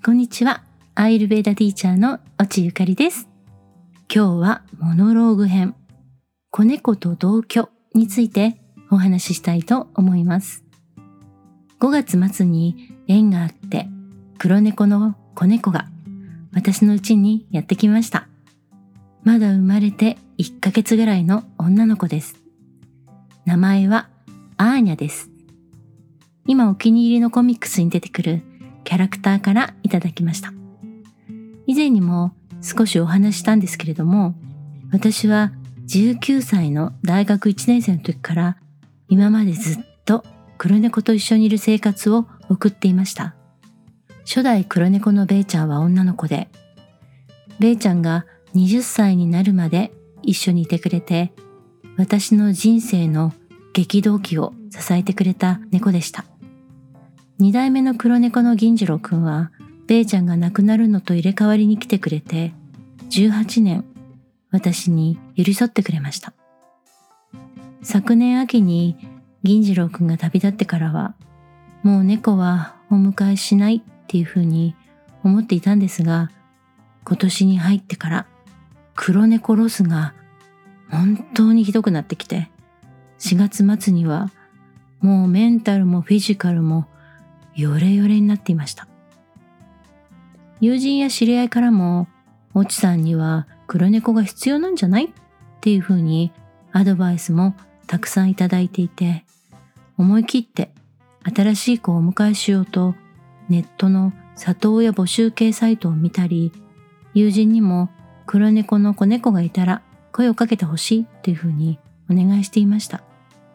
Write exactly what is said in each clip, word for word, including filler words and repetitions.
こんにちは。アイルベーダティーチャーの越智ゆかりです。今日はモノローグ編、子猫と同居についてお話ししたいと思います。ごがつ末に縁があって、黒猫の子猫が私の家にやってきました。まだ生まれていっかげつぐらいの女の子です。名前はアーニャです。今お気に入りのコミックスに出てくるキャラクターからいただきました。以前にも少しお話ししたんですけれども、私はじゅうきゅうさいの大学いちねん生の時から今までずっと黒猫と一緒にいる生活を送っていました。初代黒猫のベイちゃんは女の子で、ベイちゃんがはたちになるまで一緒にいてくれて、私の人生の激動期を支えてくれた猫でした。二代目の黒猫の銀次郎くんは、ベイちゃんが亡くなるのと入れ替わりに来てくれて、じゅうはちねん私に寄り添ってくれました。昨年秋に銀次郎くんが旅立ってからは、もう猫はお迎えしないっていうふうに思っていたんですが、今年に入ってから黒猫ロスが本当にひどくなってきて、しがつ末にはもうメンタルもフィジカルもヨレヨレになっていました。友人や知り合いからも、おちさんには黒猫が必要なんじゃないっていうふうにアドバイスもたくさんいただいていて、思い切って新しい子をお迎えしようとネットの里親募集系サイトを見たり、友人にも黒猫の子猫がいたら声をかけてほしいっていうふうにお願いしていました。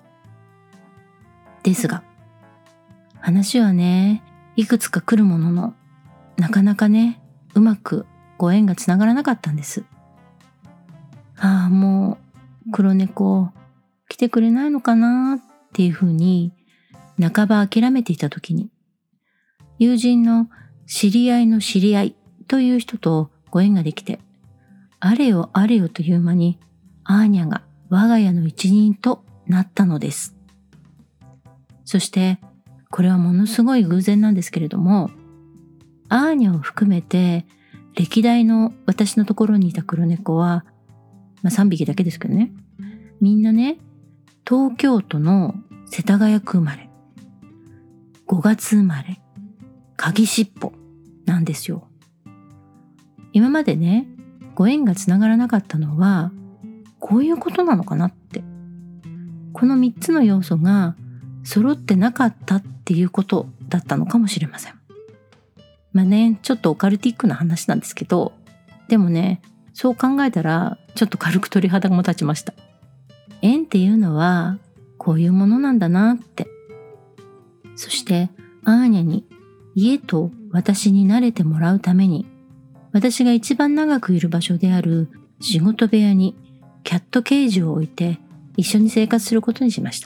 ですが、話はね、いくつか来るものの、なかなかね、うまくご縁がつながらなかったんです。ああ、もう黒猫来てくれないのかなっていうふうに半ば諦めていた時に、友人の知り合いの知り合いという人とご縁ができて、あれよあれよという間にアーニャが我が家の一員となったのです。そしてこれはものすごい偶然なんですけれども、アーニャを含めて歴代の私のところにいた黒猫は、まあさんびきだけですけどね、みんなね、東京都の世田谷区生まれ、ごがつ生まれ、鍵しっぽなんですよ。今までね、ご縁がつながらなかったのは、こういうことなのかなって。このみっつの要素が揃ってなかったっていうことだったのかもしれません。まあね、ちょっとオカルティックな話なんですけど、でもね、そう考えたらちょっと軽く鳥肌も立ちました。縁っていうのはこういうものなんだなって。そしてアーニャに家と私に慣れてもらうために、私が一番長くいる場所である仕事部屋にキャットケージを置いて一緒に生活することにしました。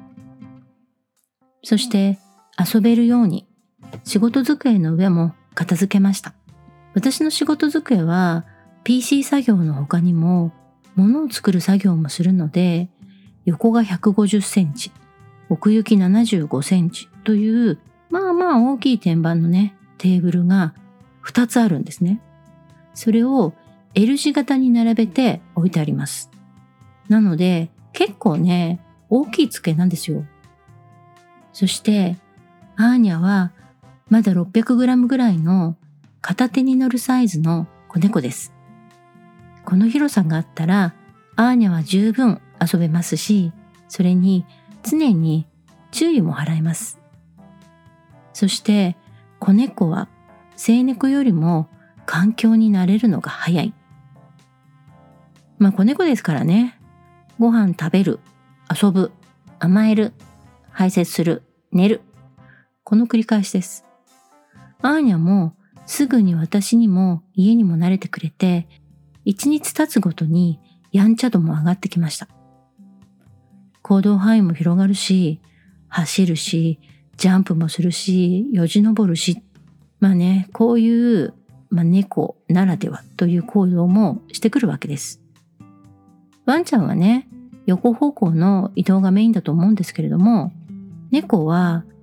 そして遊べるように仕事机の上も片付けました。私の仕事机は ピーシー 作業の他にも物を作る作業もするので、横がひゃくごじゅっセンチ、奥行きななじゅうごセンチというまあまあ大きい天板のね、テーブルがふたつあるんですね。それを エル 字型に並べて置いてあります。なので結構ね、大きい机なんですよ。そしてアーニャはまだ ろっぴゃくグラム ぐらいの片手に乗るサイズの子猫です。この広さがあったらアーニャは十分遊べますし、それに常に注意も払えます。そして子猫は成猫よりも環境に慣れるのが早い。まあ子猫ですからね、ご飯食べる、遊ぶ、甘える、排泄する、寝る、この繰り返しです。アーニャもすぐに私にも家にも慣れてくれて、一日経つごとにやんちゃ度も上がってきました。行動範囲も広がるし、走るし、ジャンプもするし、よじ登るし、まあね、こういう、まあ、猫ならではという行動もしてくるわけです。ワンちゃんはね、横方向の移動がメインだと思うんですけれども、猫は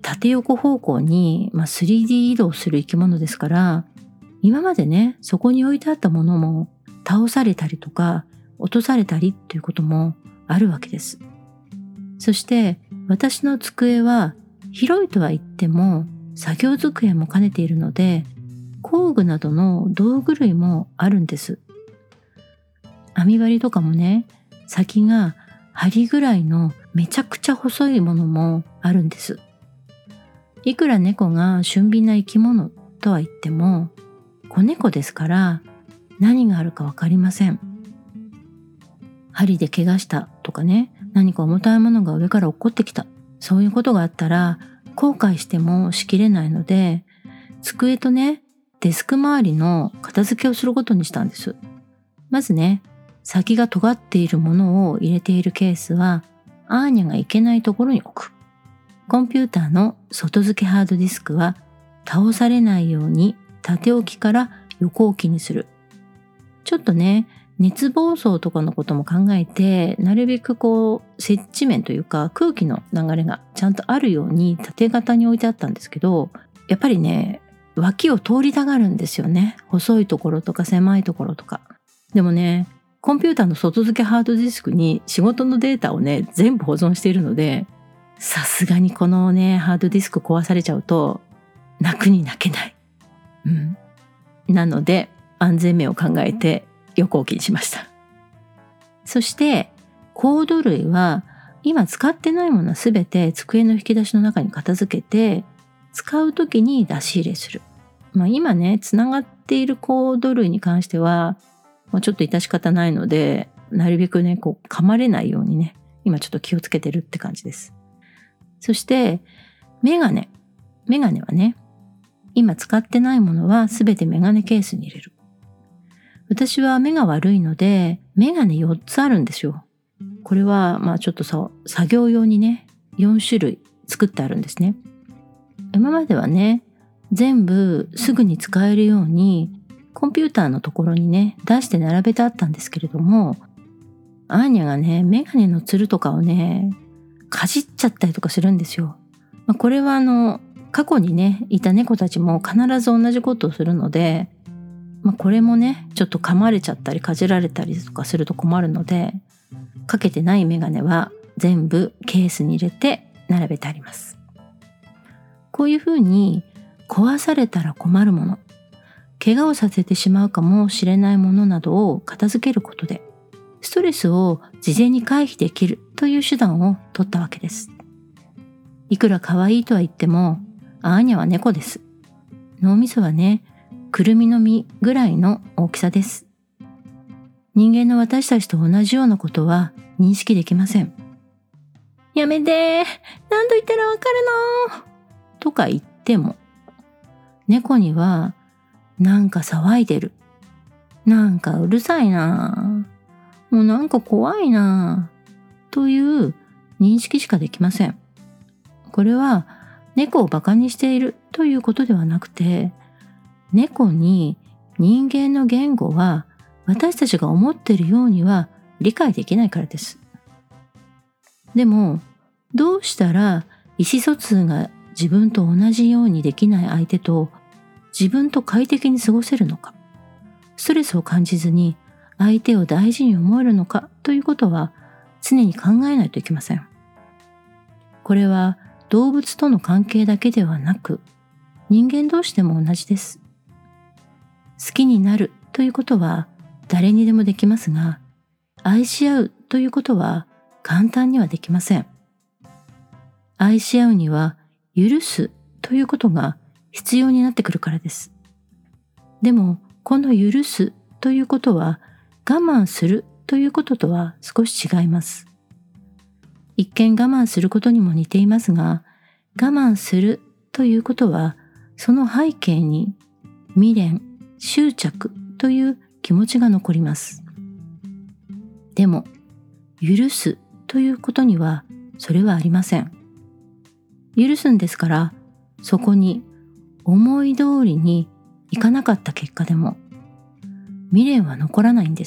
縦横方向に、まあ、スリーディー 移動する生き物ですから、今までね、そこに置いてあったものも倒されたりとか落とされたりということもあるわけです。そして私の机は広いとは言っても作業机も兼ねているので、工具などの道具類もあるんです。網針とかもね、先が針ぐらいのめちゃくちゃ細いものもあるんです。いくら猫が俊敏な生き物とは言っても、子猫ですから何があるかわかりません。針で怪我したとかね、何か重たいものが上から落っこってきた、そういうことがあったら後悔してもしきれないので、机とね、デスク周りの片付けをすることにしたんです。まずね、先が尖っているものを入れているケースはアーニャがいけないところに置く。コンピューターの外付けハードディスクは倒されないように縦置きから横置きにする。ちょっとね、熱暴走とかのことも考えて、なるべくこう接地面というか空気の流れがちゃんとあるように縦型に置いてあったんですけど、やっぱりね、脇を通りたがるんですよね。細いところとか狭いところとか。でもね、コンピューターの外付けハードディスクに仕事のデータをね、全部保存しているので、さすがにこのね、ハードディスク壊されちゃうと泣くに泣けない。うん。なので安全面を考えて横置きにしました。そしてコード類は今使ってないものはすべて机の引き出しの中に片付けて、使うときに出し入れする。まあ今ね、つながっているコード類に関してはもうちょっと致し方ないので、なるべくね、こう噛まれないようにね、今ちょっと気をつけてるって感じです。そしてメガネ。メガネはね、今使ってないものはすべてメガネケースに入れる。私は目が悪いので、メガネよっつあるんですよ。これはまあちょっとさ、作業用にね、よんしゅるい作ってあるんですね。今まではね、全部すぐに使えるようにコンピューターのところにね、出して並べてあったんですけれども、アーニャがね、メガネのつるとかをね、かじっちゃったりとかするんですよ。まあ、これはあの、過去にね、いた猫たちも必ず同じことをするので、まあ、これもね、ちょっと噛まれちゃったりかじられたりとかすると困るので、かけてないメガネは全部ケースに入れて並べてあります。こういうふうに壊されたら困るもの、怪我をさせてしまうかもしれないものなどを片付けることで、ストレスを事前に回避できるという手段を取ったわけです。いくら可愛いとは言っても、アーニャは猫です。脳みそはね、くるみの実ぐらいの大きさです。人間の私たちと同じようなことは認識できません。やめてー、何度言ったらわかるのとか言っても、猫にはなんか騒いでる、なんかうるさいな、もうなんか怖いなという認識しかできません。これは猫をバカにしているということではなくて、猫に人間の言語は私たちが思っているようには理解できないからです。でも、どうしたら意思疎通が自分と同じようにできない相手と自分と快適に過ごせるのか、ストレスを感じずに相手を大事に思えるのかということは常に考えないといけません。これは動物との関係だけではなく、人間同士でも同じです。好きになるということは誰にでもできますが、愛し合うということは簡単にはできません。愛し合うには許すということが必要になってくるからです。でも、この許すということは我慢するということとは少し違います。一見我慢することにも似ていますが、我慢するということはその背景に未練、執着という気持ちが残ります。でも、許すということにはそれはありません。許すんですから、そこに思い通りにいかなかった結果でも未練は残らないんです。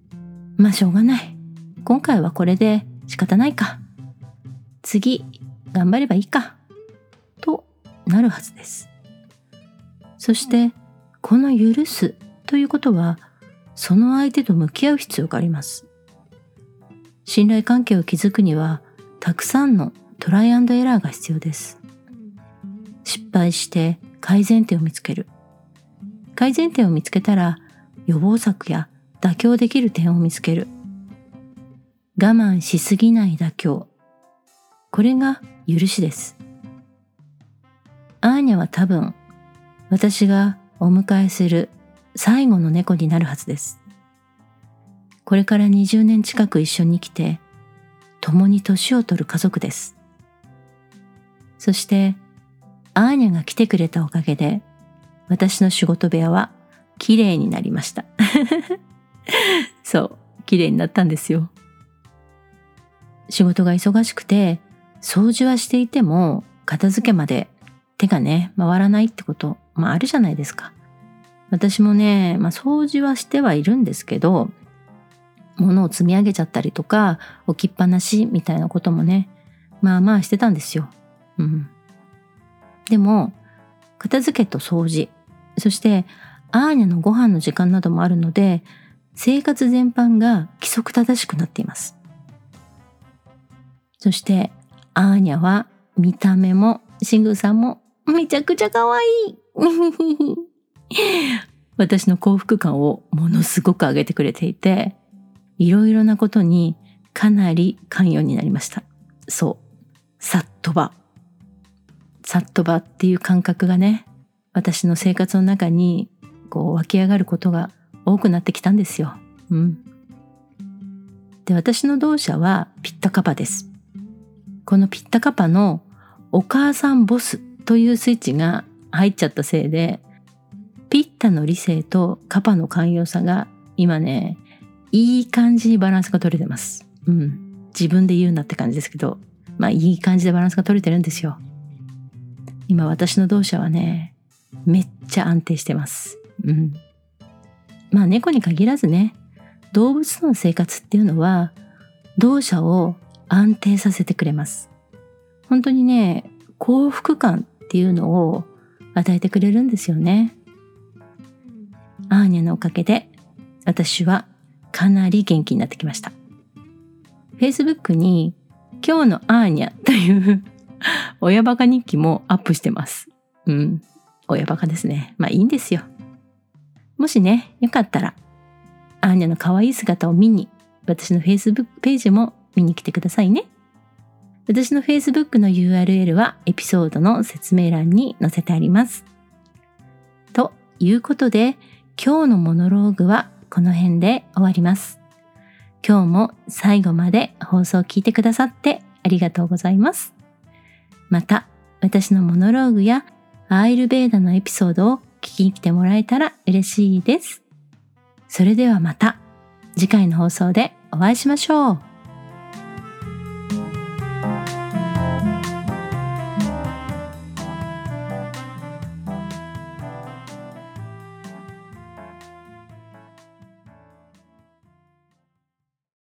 まあしょうがない。今回はこれで仕方ないか。次、 頑張ればいいかとなるはずです。そしてこの許すということは、その相手と向き合う必要があります。信頼関係を築くにはたくさんのトライアンドエラーが必要です。失敗して改善点を見つける。改善点を見つけたら予防策や妥協できる点を見つける。我慢しすぎない妥協。これが許しです。アーニャは多分私がお迎えする最後の猫になるはずです。これからにじゅうねん近く一緒に来て、共に年を取る家族です。そしてアーニャが来てくれたおかげで、私の仕事部屋は綺麗になりました。そう、綺麗になったんですよ。仕事が忙しくて、掃除はしていても、片付けまで手がね、回らないってこと、まああるじゃないですか。私もね、まあ掃除はしてはいるんですけど、物を積み上げちゃったりとか、置きっぱなしみたいなこともね、まあまあしてたんですよ。うん。でも、片付けと掃除、そしてアーニャのご飯の時間などもあるので、生活全般が規則正しくなっています。そしてアーニャは見た目もシングさんもめちゃくちゃ可愛い。私の幸福感をものすごく上げてくれていて、いろいろなことにかなり関与になりました。そう、サッとば。サッとばっていう感覚がね、私の生活の中にこう湧き上がることが多くなってきたんですよ。うん。で、私の同社はピッタカパです。このピッタカパのお母さんボスというスイッチが入っちゃったせいで、ピッタの理性とカパの寛容さが今ね、いい感じにバランスが取れてます。うん。自分で言うなって感じですけど、まあいい感じでバランスが取れてるんですよ。今私の同社はね、めっちゃ安定してます。うん。まあ猫に限らずね、動物との生活っていうのは、同社を安定させてくれます。本当にね、幸福感っていうのを与えてくれるんですよね。アーニャのおかげで、私はかなり元気になってきました。Facebook に今日のアーニャという親バカ日記もアップしてます。うん。親バカですね。まあいいんですよ。もしね、よかったら、アーニャの可愛い姿を見に、私の Facebook ページも見に来てくださいね。私の Facebook の ユーアールエル はエピソードの説明欄に載せてあります。ということで、今日のモノローグはこの辺で終わります。今日も最後まで放送を聞いてくださってありがとうございます。また、私のモノローグやアーユルヴェーダのエピソードを聞きに来てもらえたら嬉しいです。それではまた次回の放送でお会いしましょう。